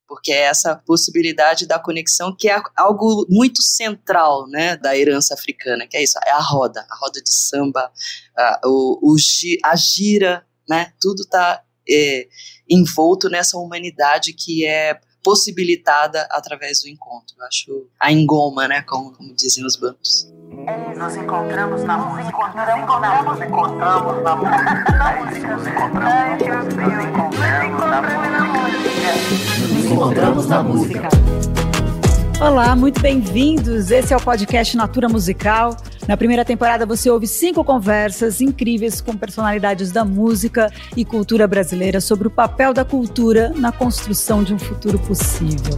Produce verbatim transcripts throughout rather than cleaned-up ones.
porque é essa possibilidade da conexão que é algo muito central, né, da herança africana, que é isso, é a roda, a roda de samba, a, o, o, a gira, né, tudo está é, envolto nessa humanidade que é possibilitada através do encontro. Eu acho a engoma, né, como, como dizem os bantus. Nos encontramos na música. Nos encontramos, encontramos na música. Nos encontramos na música. Nos encontramos na música. Olá, muito bem-vindos. Esse é o podcast Natura Musical. Na primeira temporada você ouve cinco conversas incríveis com personalidades da música e cultura brasileira sobre o papel da cultura na construção de um futuro possível.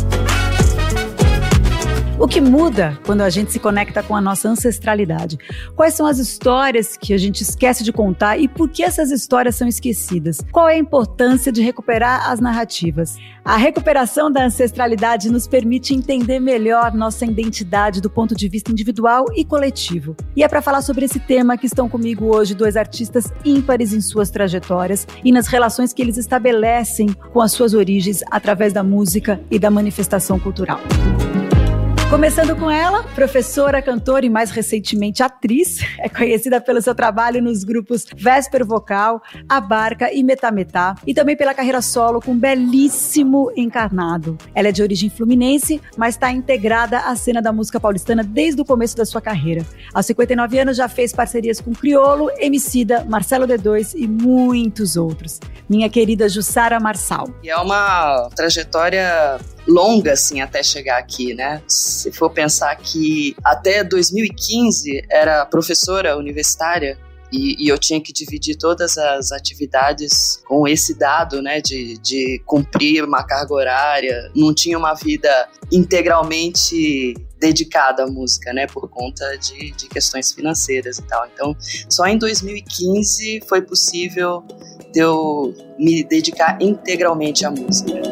O que muda quando a gente se conecta com a nossa ancestralidade? Quais são as histórias que a gente esquece de contar e por que essas histórias são esquecidas? Qual é a importância de recuperar as narrativas? A recuperação da ancestralidade nos permite entender melhor nossa identidade do ponto de vista individual e coletivo. E é para falar sobre esse tema que estão comigo hoje dois artistas ímpares em suas trajetórias e nas relações que eles estabelecem com as suas origens através da música e da manifestação cultural. Começando com ela, professora, cantora e mais recentemente atriz, é conhecida pelo seu trabalho nos grupos Véspero Vocal, Abarca e Metametá, e também pela carreira solo com Belíssimo Encarnado. Ela é de origem fluminense, mas está integrada à cena da música paulistana desde o começo da sua carreira. Aos cinquenta e nove anos já fez parcerias com Criolo, Emicida, Marcelo D dois e muitos outros. Minha querida Jussara Marçal. E é uma trajetória longa, assim, até chegar aqui, né? Se for pensar que até dois mil e quinze era professora universitária e, e eu tinha que dividir todas as atividades com esse dado, né, de, de cumprir uma carga horária, não tinha uma vida integralmente dedicada à música, né, por conta de, de questões financeiras e tal. Então, só em dois mil e quinze foi possível de eu me dedicar integralmente à música.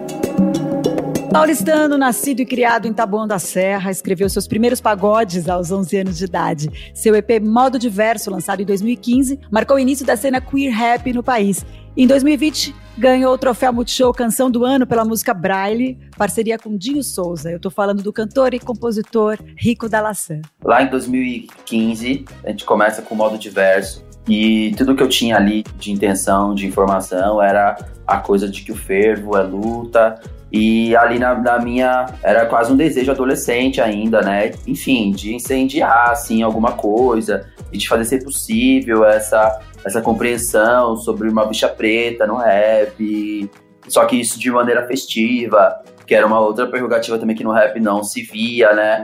Paulistano, nascido e criado em Taboão da Serra, escreveu seus primeiros pagodes aos onze anos de idade. Seu E P Modo Diverso, lançado em dois mil e quinze, marcou o início da cena queer rap no país. Em dois mil e vinte, ganhou o troféu Multishow Canção do Ano pela música Braille, parceria com Dinho Souza. Eu tô falando do cantor e compositor Rico da Laçã. Lá em dois mil e quinze, a gente começa com o Modo Diverso. E tudo que eu tinha ali de intenção, de informação, era a coisa de que o fervo é luta. E ali na, na minha, era quase um desejo adolescente ainda, né? Enfim, de incendiar, assim, alguma coisa. E de fazer ser possível essa, essa compreensão sobre uma bicha preta no rap. Só que isso de maneira festiva, que era uma outra prerrogativa também que no rap não se via, né?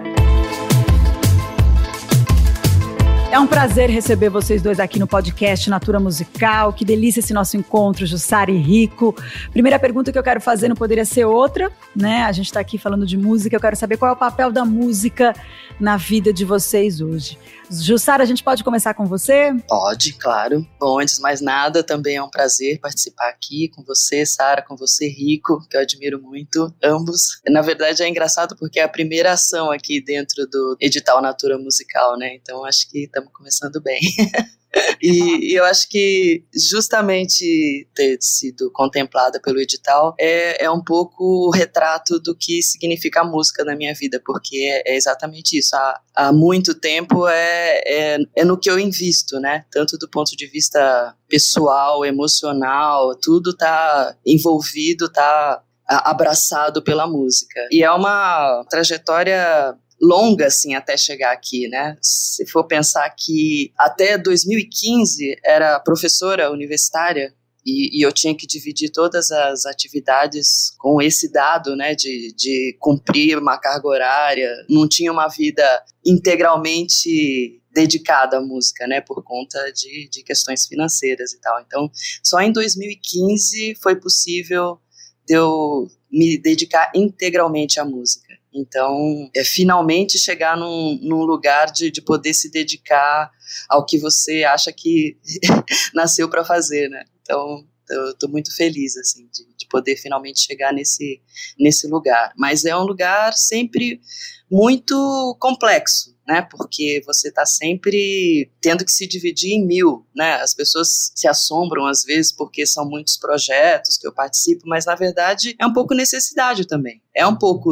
É um prazer receber vocês dois aqui no podcast Natura Musical. Que delícia esse nosso encontro, Jussara e Rico. Primeira pergunta que eu quero fazer não poderia ser outra, né? A gente está aqui falando de música, eu quero saber qual é o papel da música na vida de vocês hoje. Jussara, a gente pode começar com você? Pode, claro. Bom, antes de mais nada, também é um prazer participar aqui com você, Sara, com você, Rico, que eu admiro muito, ambos. Na verdade, é engraçado porque é a primeira ação aqui dentro do edital Natura Musical, né? Então, acho que estamos começando bem. E, e eu acho que justamente ter sido contemplada pelo edital é, é um pouco o retrato do que significa a música na minha vida, porque é, é exatamente isso. Há, há muito tempo é, é, é no que eu invisto, né? Tanto do ponto de vista pessoal, emocional, tudo está envolvido, está abraçado pela música. E é uma trajetória longa, assim, até chegar aqui, né? Se for pensar que até dois mil e quinze era professora universitária e, e eu tinha que dividir todas as atividades com esse dado, né, de, de cumprir uma carga horária, não tinha uma vida integralmente dedicada à música, né, por conta de, de questões financeiras e tal. Então, só em dois mil e quinze foi possível de eu me dedicar integralmente à música. Então, é finalmente chegar num, num lugar de, de poder se dedicar ao que você acha que nasceu para fazer, né? Então, eu estou muito feliz, assim, de, de poder finalmente chegar nesse, nesse lugar. Mas é um lugar sempre muito complexo, né? Porque você está sempre tendo que se dividir em mil, né? As pessoas se assombram às vezes porque são muitos projetos que eu participo, mas na verdade é um pouco necessidade também. É um pouco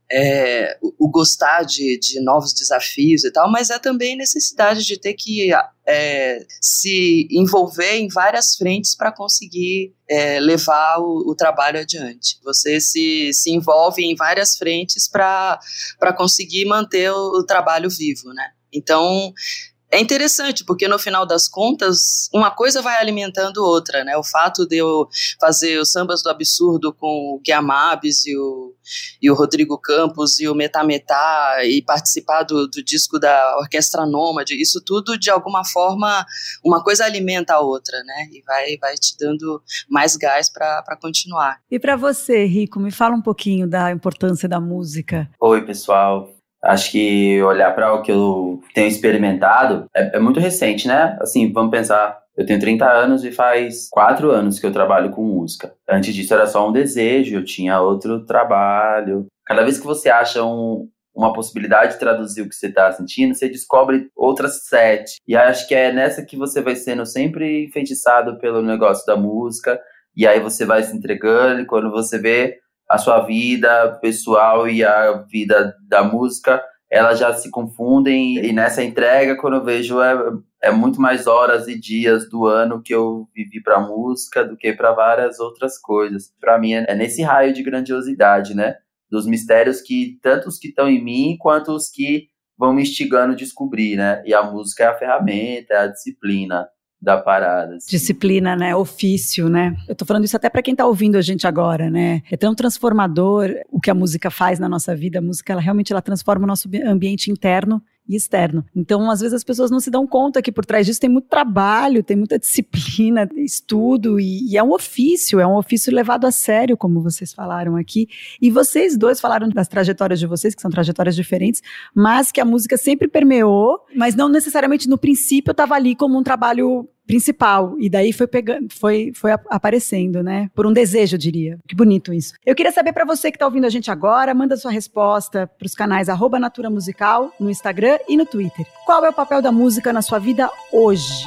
é, o, o gostar de, de novos desafios e tal, mas é também necessidade de ter que é, se envolver em várias frentes para conseguir é, levar o, o trabalho adiante. Você se, se envolve em várias frentes para para conseguir manter o, o trabalho vivo, né? Então, é interessante, porque no final das contas, uma coisa vai alimentando outra, né? O fato de eu fazer os Sambas do Absurdo com o Guiamabes e o, e o Rodrigo Campos e o Metametá e participar do, do disco da Orquestra Nômade, isso tudo, de alguma forma, uma coisa alimenta a outra, né? E vai, vai te dando mais gás para continuar. E para você, Rico, me fala um pouquinho da importância da música. Oi, pessoal. Acho que olhar para o que eu tenho experimentado é, é muito recente, né? Assim, vamos pensar, eu tenho trinta anos e faz quatro anos que eu trabalho com música. Antes disso era só um desejo, eu tinha outro trabalho. Cada vez que você acha um, uma possibilidade de traduzir o que você está sentindo, você descobre outras sete. E acho que é nessa que você vai sendo sempre enfeitiçado pelo negócio da música, e aí você vai se entregando, e quando você vê a sua vida pessoal e a vida da música, elas já se confundem, e nessa entrega, quando eu vejo, é, é muito mais horas e dias do ano que eu vivi para música do que para várias outras coisas. Para mim, é nesse raio de grandiosidade, né? Dos mistérios que, tanto os que estão em mim, quanto os que vão me instigando a descobrir, né? E a música é a ferramenta, é a disciplina da parada. Assim. Disciplina, né? Ofício, né? Eu tô falando isso até para quem tá ouvindo a gente agora, né? É tão transformador o que a música faz na nossa vida. A música, ela realmente ela transforma o nosso ambiente interno e externo. Então, às vezes as pessoas não se dão conta que por trás disso tem muito trabalho, tem muita disciplina, estudo, e, e é um ofício, é um ofício levado a sério, como vocês falaram aqui. E vocês dois falaram das trajetórias de vocês, que são trajetórias diferentes, mas que a música sempre permeou, mas não necessariamente no princípio estava ali como um trabalho principal, e daí foi pegando, foi, foi aparecendo, né? Por um desejo, eu diria. Que bonito isso. Eu queria saber para você que está ouvindo a gente agora, manda sua resposta para os canais arroba Natura Musical, no Instagram e no Twitter. Qual é o papel da música na sua vida hoje?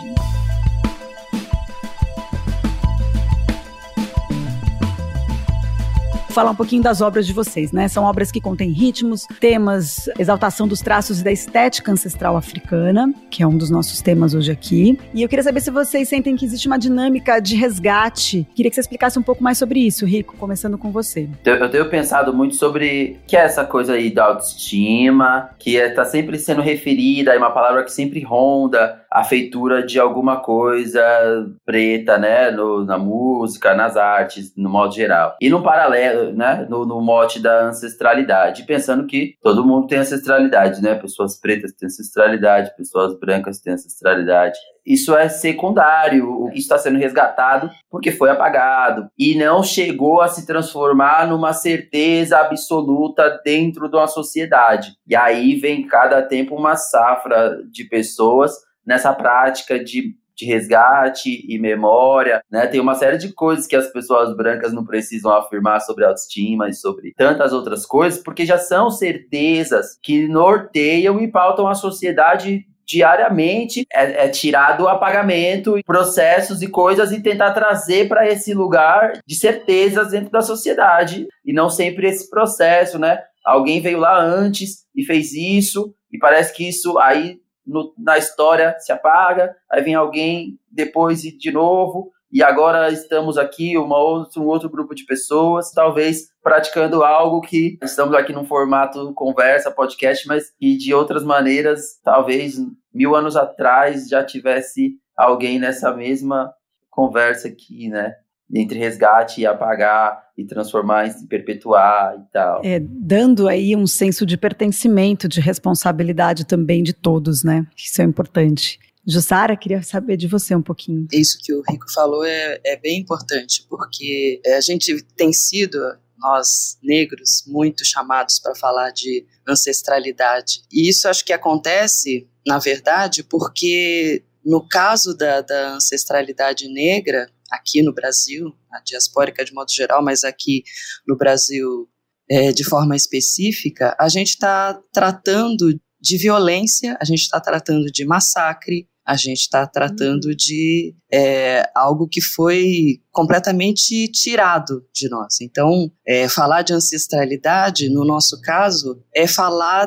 Falar um pouquinho das obras de vocês, né? São obras que contêm ritmos, temas, exaltação dos traços e da estética ancestral africana, que é um dos nossos temas hoje aqui. E eu queria saber se vocês sentem que existe uma dinâmica de resgate. Queria que você explicasse um pouco mais sobre isso, Rico, começando com você. Eu, eu tenho pensado muito sobre que é essa coisa aí da autoestima, que está é, sempre sendo referida, é uma palavra que sempre ronda a feitura de alguma coisa preta, né? No, na música, nas artes, no modo geral. E no paralelo, né, no, no mote da ancestralidade, pensando que todo mundo tem ancestralidade, né, pessoas pretas têm ancestralidade, pessoas brancas têm ancestralidade. Isso é secundário, isso está sendo resgatado porque foi apagado e não chegou a se transformar numa certeza absoluta dentro de uma sociedade. E aí vem cada tempo uma safra de pessoas nessa prática de de resgate e memória, né? Tem uma série de coisas que as pessoas brancas não precisam afirmar sobre autoestima e sobre tantas outras coisas, porque já são certezas que norteiam e pautam a sociedade diariamente. É, é tirar do apagamento processos e coisas e tentar trazer para esse lugar de certezas dentro da sociedade, e não sempre esse processo, né? Alguém veio lá antes e fez isso, e parece que isso aí No, na história se apaga, aí vem alguém depois e de novo, e agora estamos aqui, uma outro, um outro grupo de pessoas, talvez praticando algo que estamos aqui num formato conversa, podcast, mas que de outras maneiras, talvez mil anos atrás já tivesse alguém nessa mesma conversa aqui, né? Entre resgate e apagar e transformar em se perpetuar e tal. É, dando aí um senso de pertencimento, de responsabilidade também de todos, né? Isso é importante. Jussara, queria saber de você um pouquinho. Isso que o Rico falou é, é bem importante, porque a gente tem sido, nós negros, muito chamados para falar de ancestralidade. E isso acho que acontece, na verdade, porque no caso da, da ancestralidade negra, aqui no Brasil, a diaspórica de modo geral, mas aqui no Brasil é, de forma específica, a gente está tratando de violência, a gente está tratando de massacre, a gente está tratando uhum. de é, algo que foi completamente tirado de nós. Então, é, falar de ancestralidade, no nosso caso, é falar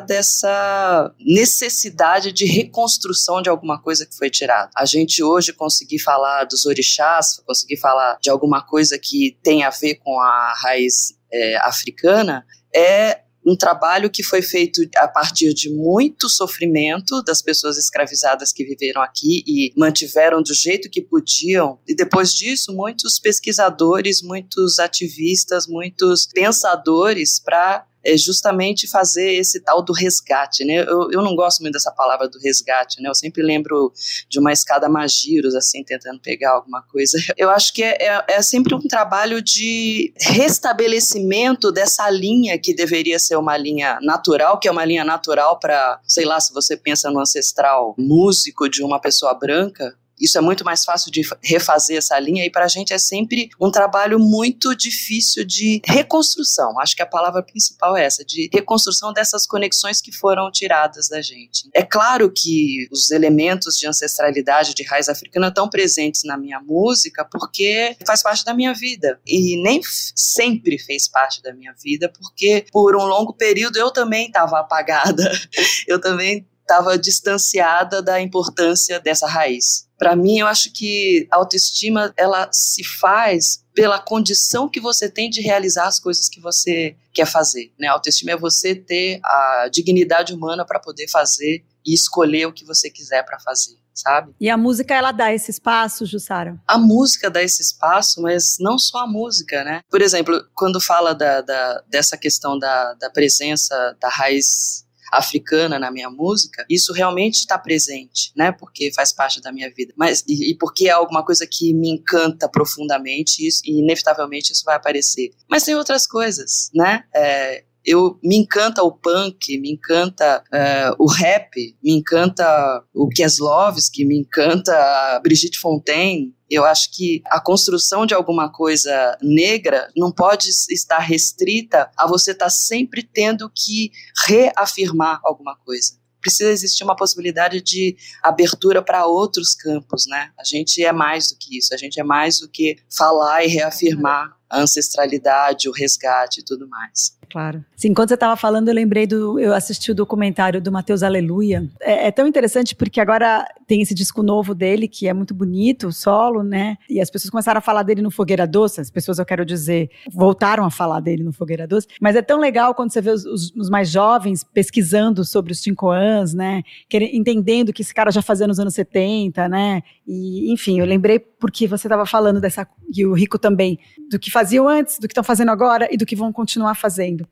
dessa necessidade de reconstrução de alguma coisa que foi tirada. A gente hoje conseguir falar dos orixás, conseguir falar de alguma coisa que tem a ver com a raiz é, africana, é um trabalho que foi feito a partir de muito sofrimento das pessoas escravizadas que viveram aqui e mantiveram do jeito que podiam. E depois disso, muitos pesquisadores, muitos ativistas, muitos pensadores para é justamente fazer esse tal do resgate, né? Eu, eu não gosto muito dessa palavra do resgate, né? Eu sempre lembro de uma escada Magiros, assim, tentando pegar alguma coisa. Eu acho que é, é, é sempre um trabalho de restabelecimento dessa linha que deveria ser uma linha natural, que é uma linha natural para, sei lá, se você pensa no ancestral músico de uma pessoa branca, isso é muito mais fácil de refazer essa linha, e para a gente é sempre um trabalho muito difícil de reconstrução. Acho que a palavra principal é essa, de reconstrução dessas conexões que foram tiradas da gente. É claro que os elementos de ancestralidade, de raiz africana, estão presentes na minha música porque faz parte da minha vida, e nem sempre fez parte da minha vida, porque por um longo período eu também estava apagada, eu também estava distanciada da importância dessa raiz. Para mim, eu acho que a autoestima, ela se faz pela condição que você tem de realizar as coisas que você quer fazer, né? A autoestima é você ter a dignidade humana para poder fazer e escolher o que você quiser para fazer, sabe? E a música, ela dá esse espaço, Jussara? A música dá esse espaço, mas não só a música, né? Por exemplo, quando fala da, da, dessa questão da, da presença da raiz africana na minha música, isso realmente está presente, né? Porque faz parte da minha vida. Mas, e, e porque é alguma coisa que me encanta profundamente, isso, e inevitavelmente isso vai aparecer. Mas tem outras coisas, né? É, eu, me encanta o punk, me encanta uh, o rap, me encanta o Kieslowski, me encanta a Brigitte Fontaine. Eu acho que a construção de alguma coisa negra não pode estar restrita a você estar sempre tendo que reafirmar alguma coisa. Precisa existir uma possibilidade de abertura para outros campos, né? A gente é mais do que isso, a gente é mais do que falar e reafirmar a ancestralidade, o resgate e tudo mais. Claro. Sim, enquanto você estava falando, eu lembrei do... Eu assisti o documentário do Mateus Aleluia. É, é tão interessante porque agora tem esse disco novo dele, que é muito bonito, o solo, né? E as pessoas começaram a falar dele no Fogueira Doce. As pessoas, eu quero dizer, voltaram a falar dele no Fogueira Doce. Mas é tão legal quando você vê os, os, os mais jovens pesquisando sobre os Tincoãs, né? Querendo, entendendo o que esse cara já fazia nos anos setenta, né? E, enfim, eu lembrei porque você estava falando dessa... E o Rico também, do que faziam antes, do que estão fazendo agora e do que vão continuar fazendo.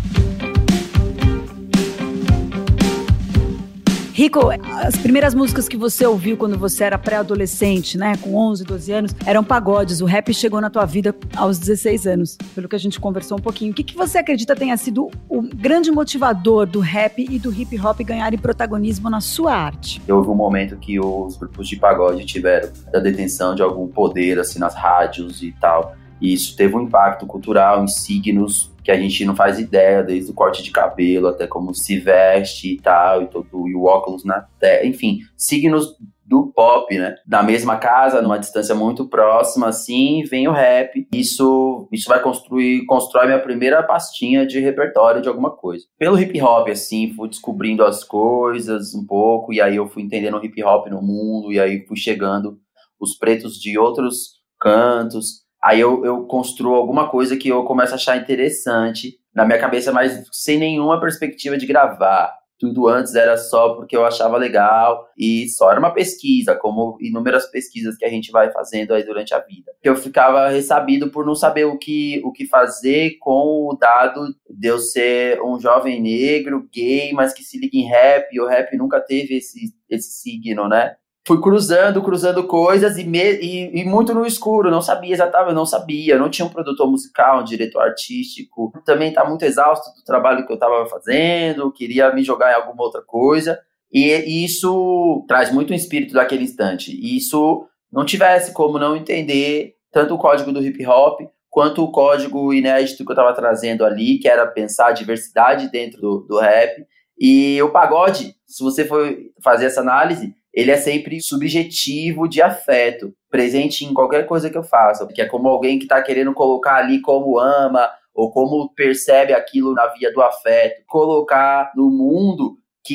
Rico, as primeiras músicas que você ouviu quando você era pré-adolescente, né, com onze, doze anos, eram pagodes. O rap chegou na tua vida aos dezesseis anos, pelo que a gente conversou um pouquinho. O que, que você acredita tenha sido o grande motivador do rap e do hip hop ganharem protagonismo na sua arte? Houve um momento que os grupos de pagode tiveram a detenção de algum poder, assim, nas rádios e tal. E isso teve um impacto cultural em signos que a gente não faz ideia, desde o corte de cabelo até como se veste e tal, e, todo, e o óculos na terra, enfim, signos do pop, né? Da mesma casa, numa distância muito próxima, assim, vem o rap. Isso, isso vai construir, constrói minha primeira pastinha de repertório de alguma coisa. Pelo hip hop, assim, fui descobrindo as coisas um pouco, e aí eu fui entendendo o hip hop no mundo, e aí fui chegando os pretos de outros cantos. Aí eu, eu construo alguma coisa que eu começo a achar interessante na minha cabeça, mas sem nenhuma perspectiva de gravar. Tudo antes era só porque eu achava legal e só era uma pesquisa, como inúmeras pesquisas que a gente vai fazendo aí durante a vida. Eu ficava ressabido por não saber o que, o que fazer com o dado de eu ser um jovem negro, gay, mas que se liga em rap, e o rap nunca teve esse, esse signo, né? Fui cruzando, cruzando coisas e, me, e, e muito no escuro, não sabia exatamente, não sabia, não tinha um produtor musical, um diretor artístico, também tá muito exausto do trabalho que eu estava fazendo, queria me jogar em alguma outra coisa, e, e isso traz muito o espírito daquele instante, e isso não tivesse como não entender tanto o código do hip hop, quanto o código inédito que eu estava trazendo ali, que era pensar a diversidade dentro do, do rap, E o pagode, se você for fazer essa análise, ele é sempre subjetivo de afeto, presente em qualquer coisa que eu faça, que é como alguém que está querendo colocar ali como ama, ou como percebe aquilo na via do afeto, colocar no mundo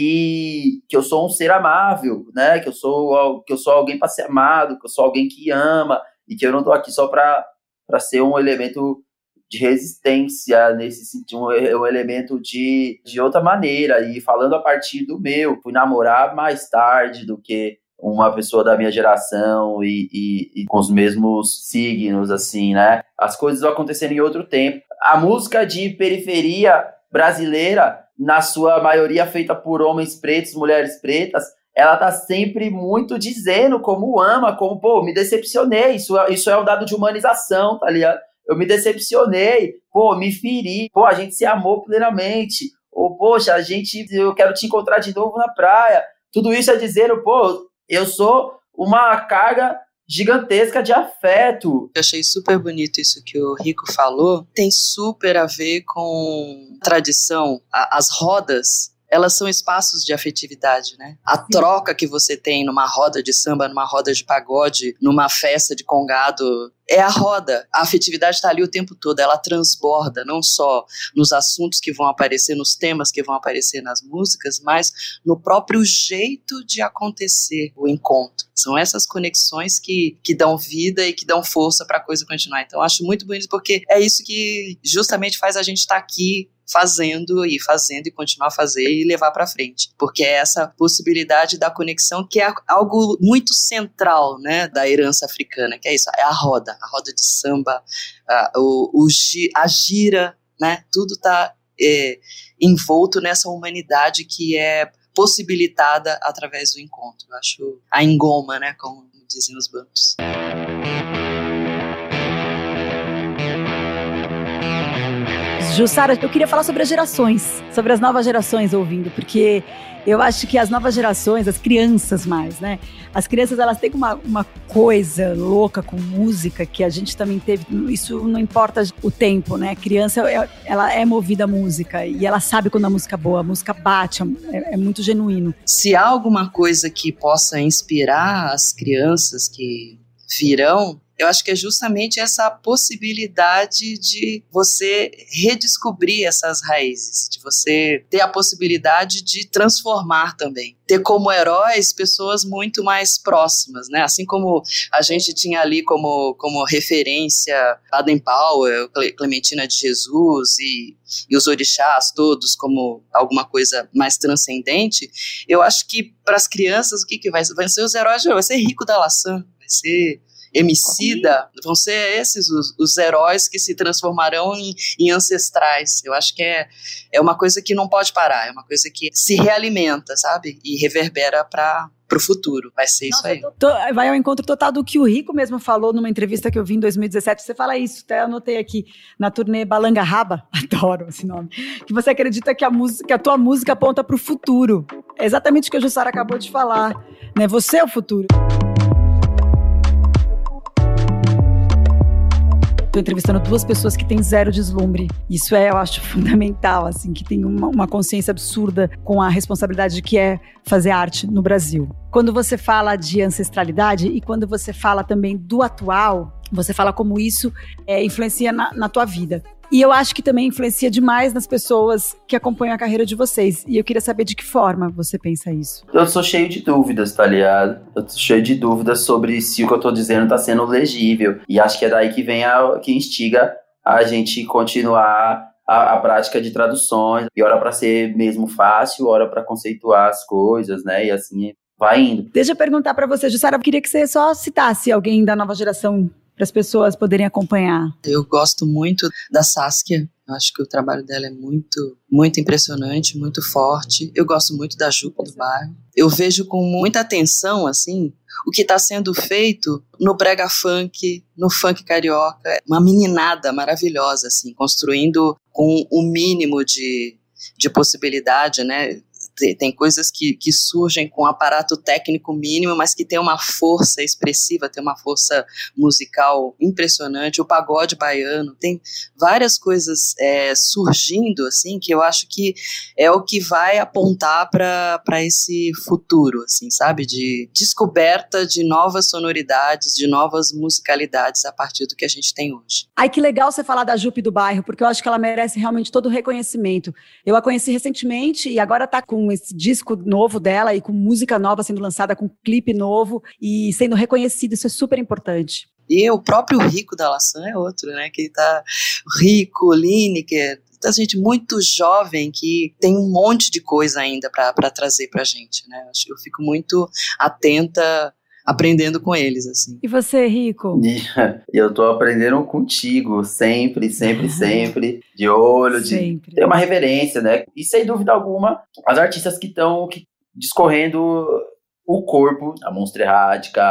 que, que eu sou um ser amável, né? Que eu sou, que eu sou alguém para ser amado, que eu sou alguém que ama, e que eu não estou aqui só para ser um elemento de resistência, nesse sentido, um, um elemento de, de outra maneira, e falando a partir do meu, fui namorar mais tarde do que uma pessoa da minha geração e, e, e com os mesmos signos, assim, né? As coisas vão acontecendo em outro tempo. A música de periferia brasileira, na sua maioria feita por homens pretos, mulheres pretas, ela tá sempre muito dizendo como ama, como, pô, me decepcionei, isso, isso é um dado de humanização, tá ligado? Eu me decepcionei, pô, me feri, pô, a gente se amou plenamente, ou, poxa, a gente, eu quero te encontrar de novo na praia. Tudo isso é dizendo, pô, eu sou uma carga gigantesca de afeto. Eu achei super bonito isso que o Rico falou. Tem super a ver com tradição. A, as rodas, elas são espaços de afetividade, né? A Sim. troca que você tem numa roda de samba, numa roda de pagode, numa festa de congado, é a roda. A afetividade está ali o tempo todo, ela transborda, não só nos assuntos que vão aparecer, nos temas que vão aparecer nas músicas, mas no próprio jeito de acontecer o encontro. São essas conexões que, que dão vida e que dão força para a coisa continuar. Então, eu acho muito bonito, porque é isso que justamente faz a gente estar aqui fazendo e fazendo e continuar a fazer e levar para frente, porque é essa possibilidade da conexão que é algo muito central, né, da herança africana, que é isso, é a roda, a roda de samba, a, o, o, a gira, né, tudo está é, envolto nessa humanidade que é possibilitada através do encontro. Eu acho a engoma, né, como dizem os bancos. Jussara, eu queria falar sobre as gerações, sobre as novas gerações ouvindo, porque eu acho que as novas gerações, as crianças mais, né? As crianças, elas têm uma, uma coisa louca com música que a gente também teve, isso não importa o tempo, né? A criança, ela é movida à música e ela sabe quando a música é boa, a música bate, é, é muito genuíno. Se há alguma coisa que possa inspirar as crianças que virão, eu acho que é justamente essa possibilidade de você redescobrir essas raízes, de você ter a possibilidade de transformar também. Ter como heróis pessoas muito mais próximas, né? Assim como a gente tinha ali como, como referência Baden Powell, Clementina de Jesus e, e os orixás todos como alguma coisa mais transcendente, eu acho que para as crianças o que, que vai ser? Vai ser os heróis, vai ser Rico da Laçã, vai ser Emicida, vão ser esses os, os heróis que se transformarão em, em ancestrais. Eu acho que é, é uma coisa que não pode parar, é uma coisa que se realimenta, sabe? E reverbera para o futuro. Vai ser Nossa, isso aí. Tô, vai ao encontro total do que o Rico mesmo falou numa entrevista que eu vi em dois mil e dezessete. Você fala isso, até anotei aqui, na turnê Balanga Raba, adoro esse nome, que você acredita que a, música, que a tua música aponta para o futuro. É exatamente o que a Jussara acabou de falar, né? Você é o futuro. Estou entrevistando duas pessoas que têm zero deslumbre. Isso é, eu acho, fundamental, assim, que tem uma, uma consciência absurda com a responsabilidade que é fazer arte no Brasil. Quando você fala de ancestralidade e quando você fala também do atual, você fala como isso é, influencia na, na tua vida. E eu acho que também influencia demais nas pessoas que acompanham a carreira de vocês. E eu queria saber de que forma você pensa isso. Eu sou cheio de dúvidas, tá ligado? Eu tô cheio de dúvidas sobre se o que eu tô dizendo tá sendo legível. E acho que é daí que vem a, que instiga a gente continuar a, a prática de traduções. E hora pra ser mesmo fácil, hora pra conceituar as coisas, né? E assim vai indo. Deixa eu perguntar pra você, Jussara, eu queria que você só citasse alguém da nova geração para as pessoas poderem acompanhar. Eu gosto muito da Saskia, eu acho que o trabalho dela é muito, muito impressionante, muito forte. Eu gosto muito da Juca do Bairro. Eu vejo com muita atenção, assim, o que está sendo feito no brega funk, no funk carioca. Uma meninada maravilhosa, assim, construindo com o mínimo de, de possibilidade, né? Tem, tem coisas que, que surgem com um aparato técnico mínimo, mas que tem uma força expressiva, tem uma força musical impressionante. O pagode baiano, tem várias coisas é, surgindo, assim, que eu acho que é o que vai apontar para esse futuro, assim, sabe? De descoberta de novas sonoridades, de novas musicalidades a partir do que a gente tem hoje. Ai, que legal você falar da Jupe do Bairro, porque eu acho que ela merece realmente todo o reconhecimento. Eu a conheci recentemente e agora tá com esse disco novo dela e com música nova sendo lançada, com clipe novo e sendo reconhecida, isso é super importante. E o próprio Rico da Laçã é outro, né, que tá Rico, Lineker, a gente muito jovem que tem um monte de coisa ainda para trazer pra gente, né, eu fico muito atenta, aprendendo com eles, assim. E você, Rico? Eu tô aprendendo contigo, sempre, sempre, sempre, de olho, de ter uma reverência, né? E sem dúvida alguma, as artistas que estão discorrendo o corpo, a Monstra Errática,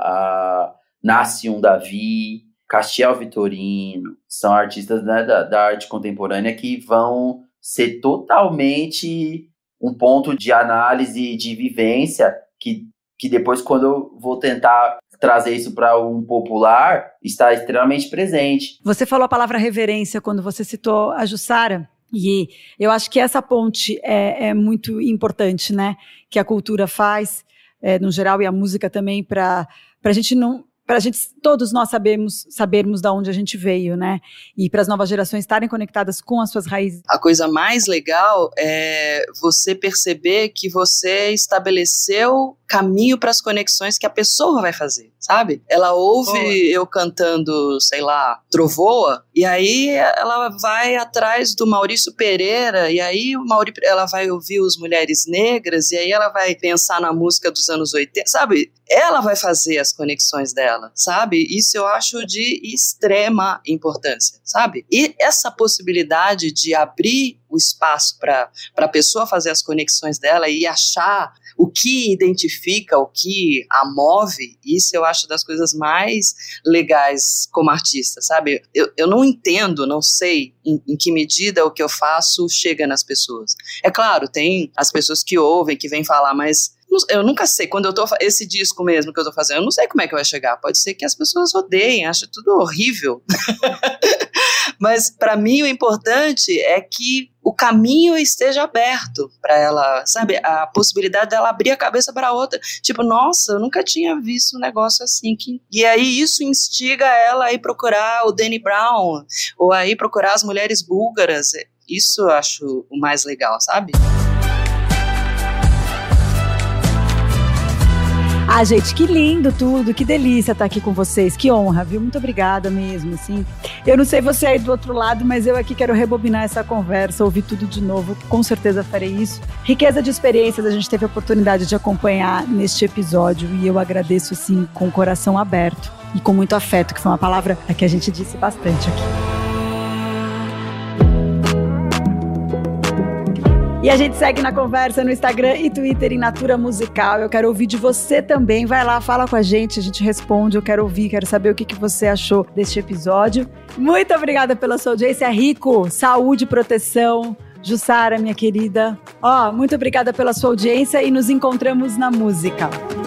a Nasce um Davi, Castiel Vitorino, são artistas, né, da, da arte contemporânea que vão ser totalmente um ponto de análise, de vivência, que que depois, quando eu vou tentar trazer isso para um popular, está extremamente presente. Você falou a palavra reverência quando você citou a Jussara, e eu acho que essa ponte é, é muito importante, né, que a cultura faz, é, no geral, e a música também, para a gente não... para a gente, todos nós sabemos, sabermos de onde a gente veio, né? E para as novas gerações estarem conectadas com as suas raízes. A coisa mais legal é você perceber que você estabeleceu caminho para as conexões que a pessoa vai fazer, sabe? Ela ouve Boa. eu cantando, sei lá, Trovoa, e aí ela vai atrás do Maurício Pereira, e aí o Mauri, ela vai ouvir os Mulheres Negras, e aí ela vai pensar na música dos anos oitenta, sabe? Ela vai fazer as conexões dela, sabe? Isso eu acho de extrema importância, sabe? E essa possibilidade de abrir o espaço para a pessoa fazer as conexões dela e achar o que identifica, o que a move, isso eu acho das coisas mais legais como artista, sabe? Eu, eu não entendo, não sei em, em que medida o que eu faço chega nas pessoas. É claro, tem as pessoas que ouvem, que vêm falar, mas eu nunca sei, quando eu tô, esse disco mesmo que eu tô fazendo, eu não sei como é que vai chegar, pode ser que as pessoas odeiem, achem tudo horrível, mas para mim o importante é que o caminho esteja aberto para ela, sabe, a possibilidade dela abrir a cabeça para outra, tipo, nossa, eu nunca tinha visto um negócio assim, que... e aí isso instiga ela a ir procurar o Danny Brown, ou a ir procurar as mulheres búlgaras, isso eu acho o mais legal, sabe? Ah, gente, que lindo tudo, que delícia estar aqui com vocês, que honra, viu? Muito obrigada mesmo, assim. Eu não sei você aí do outro lado, mas eu aqui quero rebobinar essa conversa, ouvir tudo de novo, com certeza farei isso. Riqueza de experiências a gente teve a oportunidade de acompanhar neste episódio e eu agradeço, assim, com o coração aberto e com muito afeto, que foi uma palavra que a gente disse bastante aqui. E a gente segue na conversa no Instagram e Twitter em Natura Musical. Eu quero ouvir de você também. Vai lá, fala com a gente, a gente responde. Eu quero ouvir, quero saber o que, que você achou deste episódio. Muito obrigada pela sua audiência. Rico, saúde, proteção. Jussara, minha querida. Ó, muito obrigada pela sua audiência e nos encontramos na música.